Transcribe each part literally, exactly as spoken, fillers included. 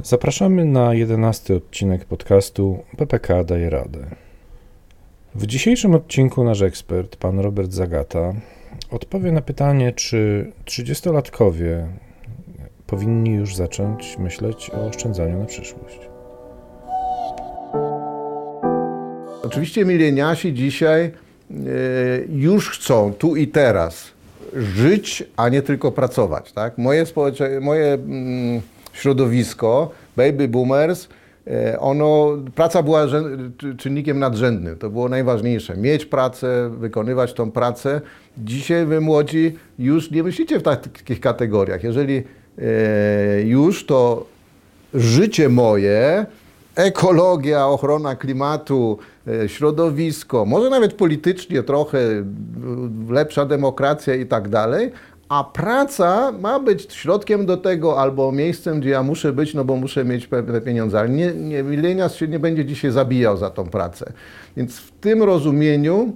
Zapraszamy na jedenasty odcinek podcastu P P K daje radę. W dzisiejszym odcinku nasz ekspert, pan Robert Zagata, odpowie na pytanie, czy trzydziestolatkowie powinni już zacząć myśleć o oszczędzaniu na przyszłość. Oczywiście mileniasi dzisiaj już chcą tu i teraz żyć, a nie tylko pracować. Tak? Moje, społecze... Moje mm, środowisko, baby boomers, ono, praca była czynnikiem nadrzędnym. To było najważniejsze. Mieć pracę, wykonywać tą pracę. Dzisiaj wy młodzi już nie myślicie w takich kategoriach. Jeżeli już, to życie moje, ekologia, ochrona klimatu, środowisko, może nawet politycznie trochę lepsza demokracja i tak dalej, a praca ma być środkiem do tego albo miejscem, gdzie ja muszę być, no bo muszę mieć pewne pieniądze. Ale nie, nie, milenials się nie będzie dzisiaj zabijał za tą pracę. Więc w tym rozumieniu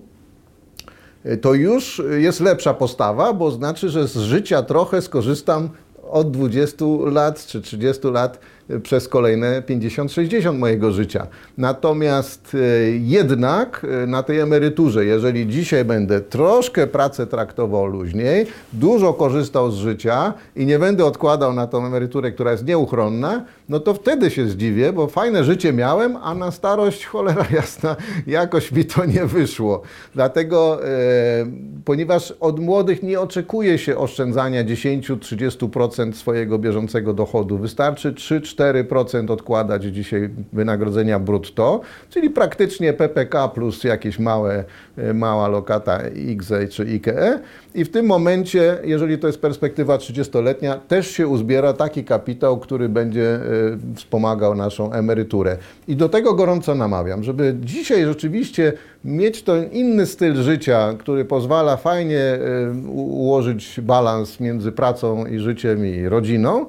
to już jest lepsza postawa, bo znaczy, że z życia trochę skorzystam od dwudziestu lat czy trzydziestu lat przez kolejne pięćdziesiąt sześćdziesiąt mojego życia. Natomiast jednak na tej emeryturze, jeżeli dzisiaj będę troszkę pracę traktował luźniej, dużo korzystał z życia i nie będę odkładał na tą emeryturę, która jest nieuchronna, no to wtedy się zdziwię, bo fajne życie miałem, a na starość, cholera jasna, jakoś mi to nie wyszło. Dlatego, e, ponieważ od młodych nie oczekuje się oszczędzania dziesięć do trzydziestu procent swojego bieżącego dochodu. Wystarczy trzy do czterech procent odkładać dzisiaj wynagrodzenia brutto, czyli praktycznie P P K plus jakieś małe, mała lokata X czy I K E. I w tym momencie, jeżeli to jest perspektywa trzydziestoletnia, też się uzbiera taki kapitał, który będzie wspomagał naszą emeryturę. I do tego gorąco namawiam, żeby dzisiaj rzeczywiście mieć ten inny styl życia, który pozwala fajnie ułożyć balans między pracą i życiem i rodziną,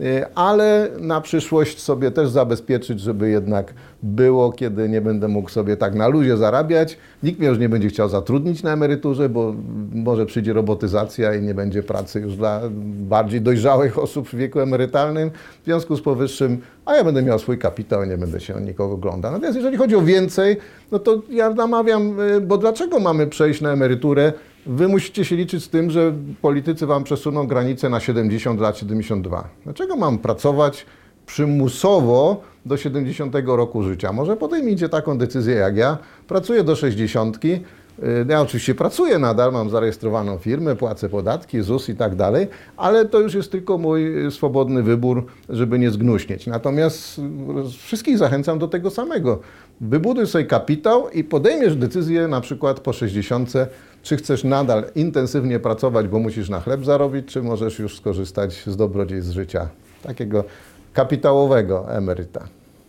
ale na przyszłość sobie też zabezpieczyć, żeby jednak było, kiedy nie będę mógł sobie tak na luzie zarabiać. Nikt mnie już nie będzie chciał zatrudnić na emeryturze, bo może przyjdzie robotyzacja i nie będzie pracy już dla bardziej dojrzałych osób w wieku emerytalnym. W związku z powyższym, a ja będę miał swój kapitał i nie będę się o nikogo oglądał. Natomiast jeżeli chodzi o więcej, no to ja namawiam, bo dlaczego mamy przejść na emeryturę? Wy musicie się liczyć z tym, że politycy wam przesuną granicę na siedemdziesiąt lat, siedemdziesiąt dwa. Dlaczego mam pracować przymusowo do siedemdziesiątego roku życia? Może podejmijcie taką decyzję jak ja. Pracuję do sześćdziesiątki. Ja oczywiście pracuję nadal, mam zarejestrowaną firmę, płacę podatki, ZUS i tak dalej, ale to już jest tylko mój swobodny wybór, żeby nie zgnuśnieć. Natomiast wszystkich zachęcam do tego samego. Wybuduj sobie kapitał i podejmiesz decyzję na przykład po sześćdziesiątce, czy chcesz nadal intensywnie pracować, bo musisz na chleb zarobić, czy możesz już skorzystać z dobrodziejstw życia takiego kapitałowego emeryta.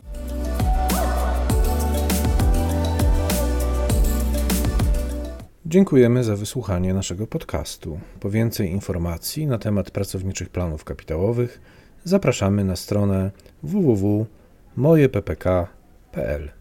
Dziękujemy za wysłuchanie naszego podcastu. Po więcej informacji na temat pracowniczych planów kapitałowych zapraszamy na stronę w w w kropka moje p p k kropka p l.